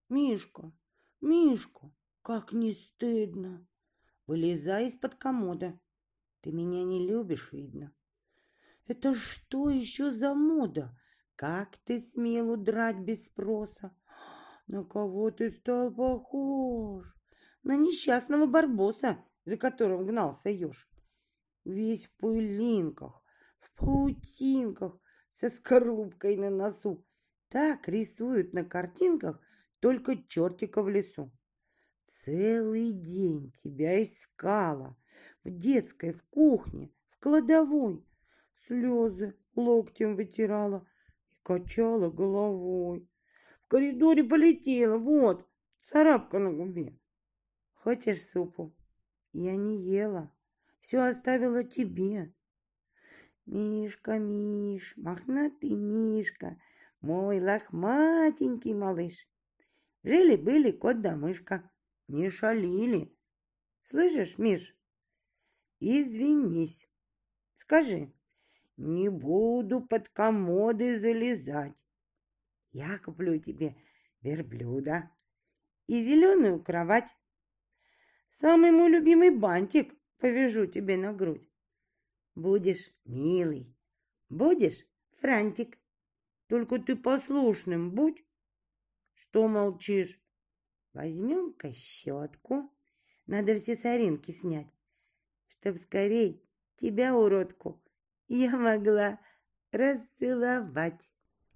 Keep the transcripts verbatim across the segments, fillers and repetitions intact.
Мишка, Мишка, как не стыдно. Вылезай из-под комода. Ты меня не любишь, видно. Это что еще за мода? Как ты смел удрать без спроса? На кого ты стал похож? На несчастного барбоса, за которым гнался еж. Весь в пылинках, в паутинках, со скорлупкой на носу. Так рисуют на картинках только чертика в лесу. Целый день тебя искала в детской, в кухне, в кладовой. Слезы локтем вытирала и качала головой. В коридоре полетела, вот, царапка на губе. Хочешь супу? Я не ела, все оставила тебе. Мишка, Миш, мохнатый Мишка, мой лохматенький малыш. Жили-были кот да мышка, не шалили. Слышишь, Миш? Извинись. Скажи, не буду под комоды залезать. Я куплю тебе верблюда и зеленую кровать. Самый мой любимый бантик повяжу тебе на грудь. Будешь милый, будешь франтик. Только ты послушным будь. Что молчишь? Возьмем-ка щетку. Надо все соринки снять, чтоб скорей тебя, уродку, я могла расцеловать.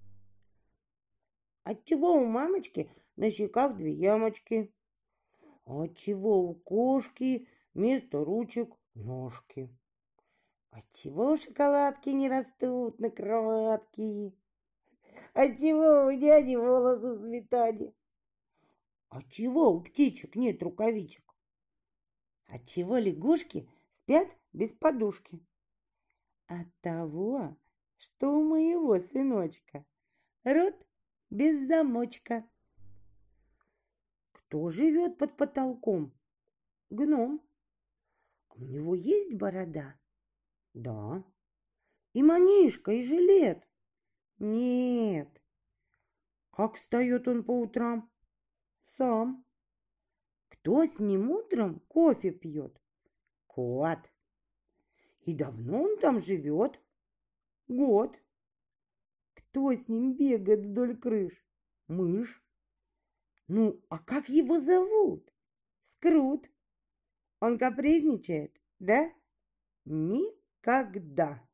Отчего у мамочки на щеках две ямочки? Отчего у кошки вместо ручек ножки? Отчего шоколадки не растут на кроватке? Отчего у дяди волосы в сметане? Отчего у птичек нет рукавичек? Отчего лягушки спят без подушки? От того, что у моего сыночка рот без замочка. Кто живет под потолком? Гном. У него есть борода? Да. И манишка, и жилет? Нет. Как встает он по утрам? Сам. Кто с ним утром кофе пьет? Кот. И давно он там живет? Год. Кто с ним бегает вдоль крыш? Мышь. Ну, а как его зовут? Скрут. Он капризничает, да? Никогда.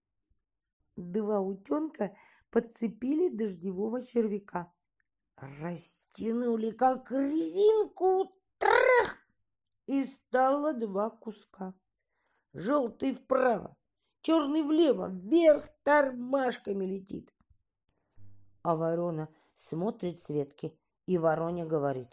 Два утенка подцепили дождевого червяка. Растянули, как резинку, трах, и стало два куска. Желтый вправо, черный влево, вверх тормашками летит. А ворона смотрит с ветки, и вороне говорит: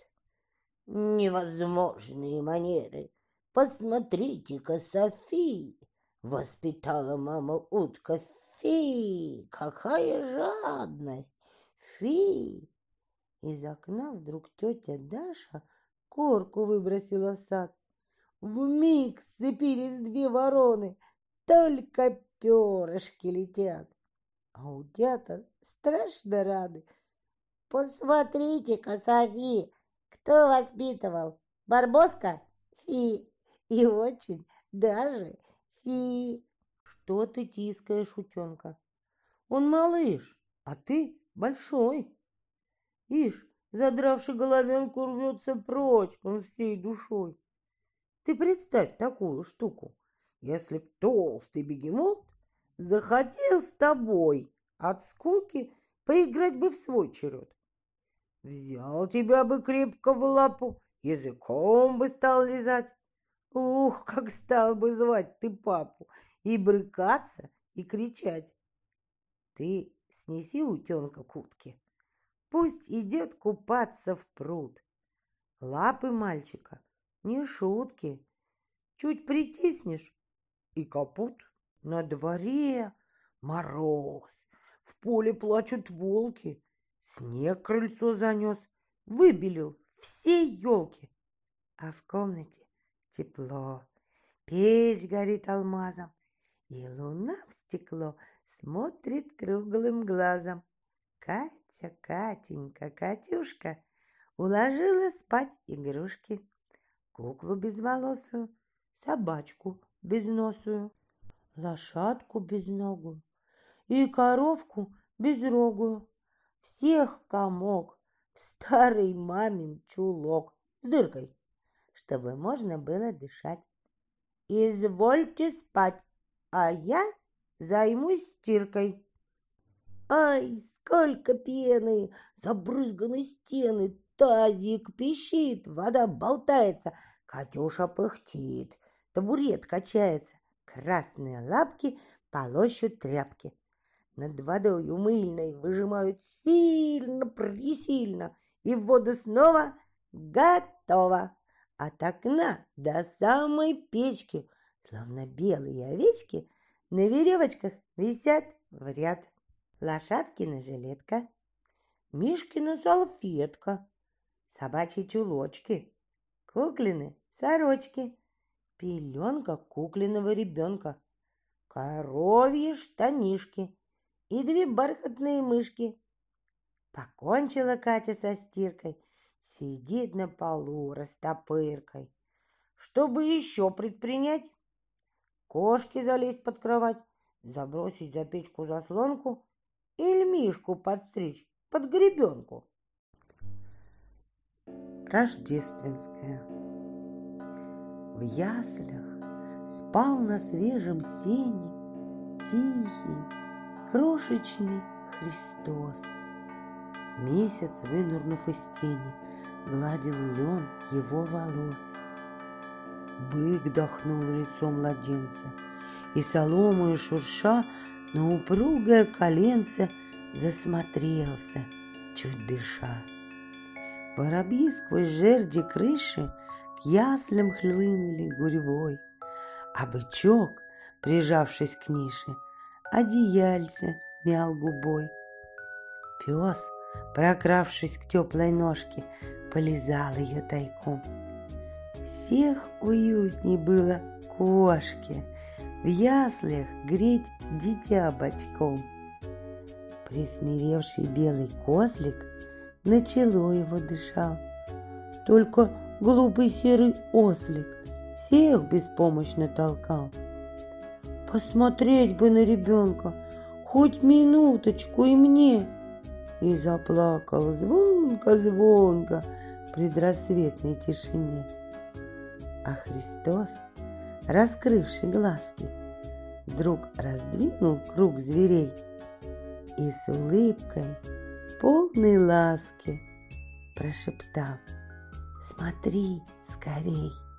невозможные манеры. Посмотрите-ка, Софи, воспитала мама утка. Фи, какая жадность! Фи! Из окна вдруг тетя Даша корку выбросила в сад. Вмиг сцепились две вороны, только перышки летят. А утята страшно рады. Посмотрите-ка, Софи, кто воспитывал? Барбоска? Фи. И очень даже фи. Что ты тискаешь, утенка? Он малыш, а ты большой. Ишь, задравши головенку, рвется прочь он всей душой. Ты представь такую штуку. Если б толстый бегемот захотел с тобой от скуки поиграть бы в свой черед. Взял тебя бы крепко в лапу, языком бы стал лизать. Ух, как стал бы звать ты папу, и брыкаться, и кричать. Ты снеси утенка к утке, пусть идет купаться в пруд. Лапы мальчика не шутки, чуть притиснешь и капут. На дворе мороз, в поле плачут волки, снег крыльцо занес, выбелил все елки. А в комнате тепло, печь горит алмазом, и луна в стекло смотрит круглым глазом. Катя, Катенька, Катюшка, Уложила спать игрушки, куклу безволосую, собачку безносую, лошадку безногую и коровку безрогую. Всех комок в старый мамин чулок с дыркой, чтобы можно было дышать. Извольте спать, а я займусь стиркой. Ай, сколько пены, забрызганы стены, тазик пищит, вода болтается, Катюша пыхтит, табурет качается, красные лапки полощут тряпки. Над водою мыльной выжимают сильно-пресильно, и в воду снова готово. От окна до самой печки, словно белые овечки, на веревочках висят в ряд. Лошадкина жилетка, Мишкина салфетка, собачьи чулочки, куклины сорочки, пеленка кукленного ребенка, коровьи штанишки и две бархатные мышки. Покончила Катя со стиркой, сидит на полу растопыркой. Чтобы еще предпринять? Кошке залезть под кровать, забросить за печку заслонку или Мишку подстричь под гребенку. Рождественская. В яслях спал на свежем сене тихий, крошечный Христос. Месяц, вынурнув из тени, гладил лен его волос. Бык дохнул лицом младенца, и соломою шурша на упругое коленце засмотрелся, чуть дыша. Воробьи сквозь жерди крыши к яслям хлынули гурьбой, а бычок, прижавшись к нише, одеяльце мял губой. Пес, прокравшись к теплой ножке, полизал ее тайком. Всех уютней было кошке в яслях греть дитя бочком. Присмиревший белый козлик на чело его дышал. Только глупый серый ослик всех беспомощно толкал. Посмотреть бы на ребенка, хоть минуточку и мне. И заплакал звонко-звонко в предрассветной тишине. А Христос, раскрывший глазки, вдруг раздвинул круг зверей и с улыбкой, полной ласки, прошептал: «Смотри скорей!»